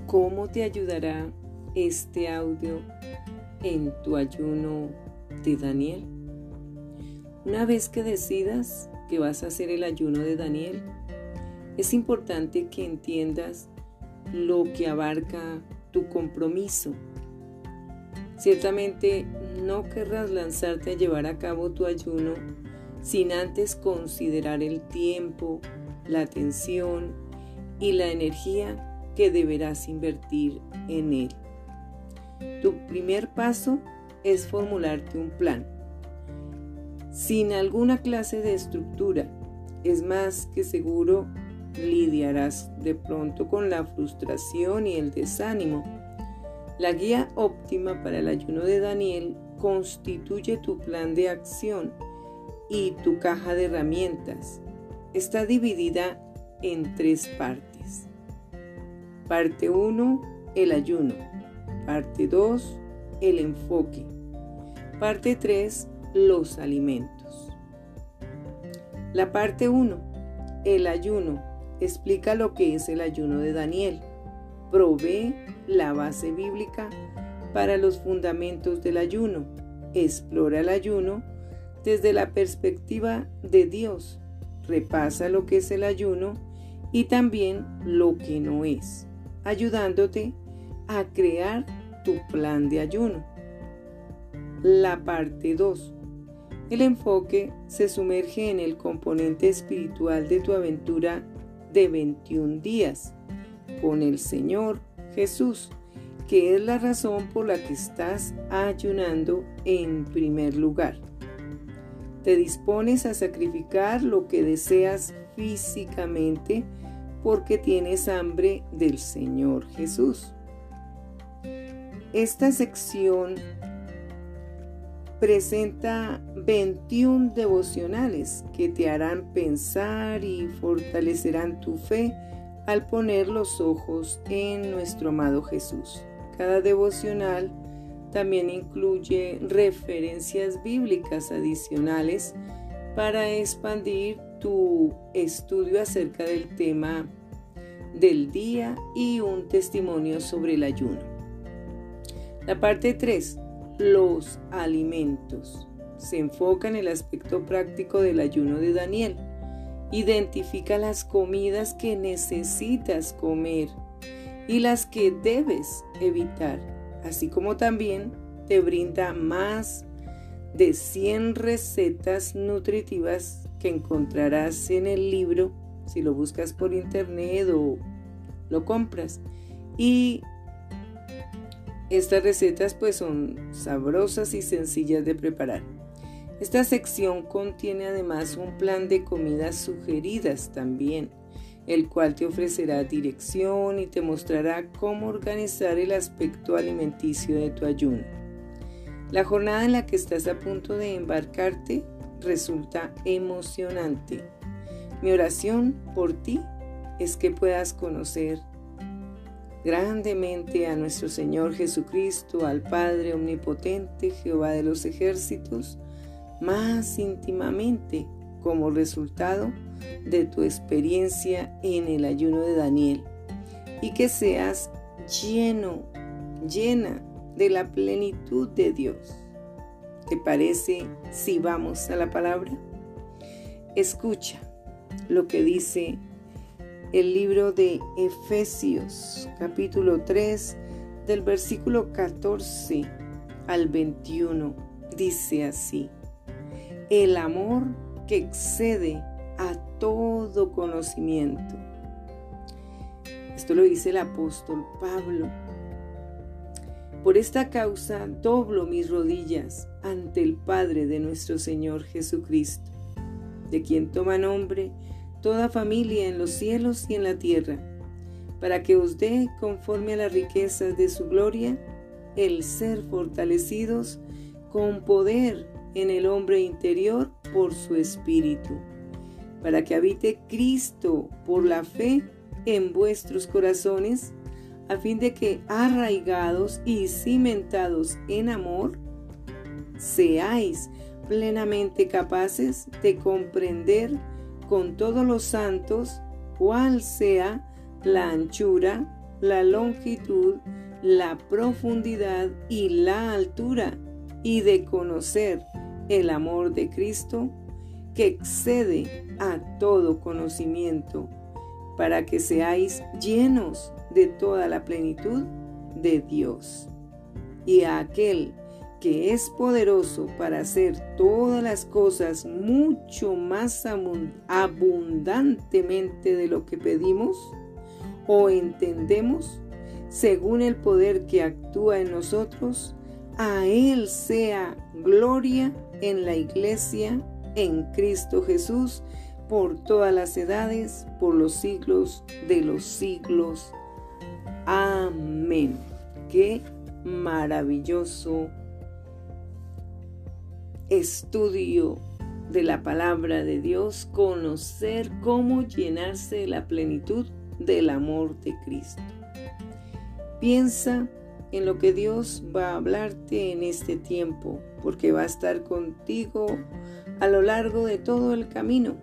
¿Cómo te ayudará este audio en tu ayuno de Daniel? Una vez que decidas que vas a hacer el ayuno de Daniel, es importante que entiendas lo que abarca tu compromiso. Ciertamente no querrás lanzarte a llevar a cabo tu ayuno sin antes considerar el tiempo, la atención y la energía que deberás invertir en él. Tu primer paso es formularte un plan. Sin alguna clase de estructura, es más que seguro lidiarás de pronto con la frustración y el desánimo. La guía óptima para el ayuno de Daniel constituye tu plan de acción y tu caja de herramientas. Está dividida en 3 partes. Parte 1, el ayuno. Parte 2, el enfoque. Parte 3, los alimentos. La parte 1, el ayuno, explica lo que es el ayuno de Daniel. Provee la base bíblica para los fundamentos del ayuno. Explora el ayuno desde la perspectiva de Dios. Repasa lo que es el ayuno y también lo que no es, ayudándote a crear tu plan de ayuno. La parte 2. El enfoque se sumerge en el componente espiritual de tu aventura de 21 días con el Señor Jesús, que es la razón por la que estás ayunando en primer lugar. Te dispones a sacrificar lo que deseas físicamente porque tienes hambre del Señor Jesús. Esta sección presenta 21 devocionales que te harán pensar y fortalecerán tu fe al poner los ojos en nuestro amado Jesús. Cada devocional también incluye referencias bíblicas adicionales para expandir tu estudio acerca del tema del día y un testimonio sobre el ayuno. La parte 3, los alimentos, se enfoca en el aspecto práctico del ayuno de Daniel. Identifica las comidas que necesitas comer y las que debes evitar, así como también te brinda más de 100 recetas nutritivas que encontrarás en el libro si lo buscas por internet o lo compras. Y estas recetas pues son sabrosas y sencillas de preparar. Esta sección contiene además un plan de comidas sugeridas también, el cual te ofrecerá dirección y te mostrará cómo organizar el aspecto alimenticio de tu ayuno. La jornada en la que estás a punto de embarcarte resulta emocionante. Mi oración por ti es que puedas conocer grandemente a nuestro Señor Jesucristo, al Padre Omnipotente, Jehová de los ejércitos, más íntimamente como resultado de tu experiencia en el ayuno de Daniel, y que seas llena de la plenitud de Dios. ¿Te parece si vamos a la palabra? Escucha lo que dice el libro de Efesios, capítulo 3, del versículo 14 al 21. Dice así: el amor que excede a todo conocimiento. Esto lo dice el apóstol Pablo. Por esta causa doblo mis rodillas ante el Padre de nuestro Señor Jesucristo, de quien toma nombre toda familia en los cielos y en la tierra, para que os dé, conforme a las riquezas de su gloria, el ser fortalecidos con poder en el hombre interior por su Espíritu, para que habite Cristo por la fe en vuestros corazones, a fin de que, arraigados y cimentados en amor, seáis plenamente capaces de comprender con todos los santos cuál sea la anchura, la longitud, la profundidad y la altura, y de conocer el amor de Cristo que excede a todo conocimiento, para que seáis llenos de toda la plenitud de Dios. Y a aquel que es poderoso para hacer todas las cosas mucho más abundantemente de lo que pedimos o entendemos, según el poder que actúa en nosotros, a Él sea gloria en la Iglesia, en Cristo Jesús, por todas las edades, por los siglos de los siglos. Amén. Qué maravilloso estudio de la palabra de Dios, conocer cómo llenarse de la plenitud del amor de Cristo. Piensa en lo que Dios va a hablarte en este tiempo, porque va a estar contigo a lo largo de todo el camino.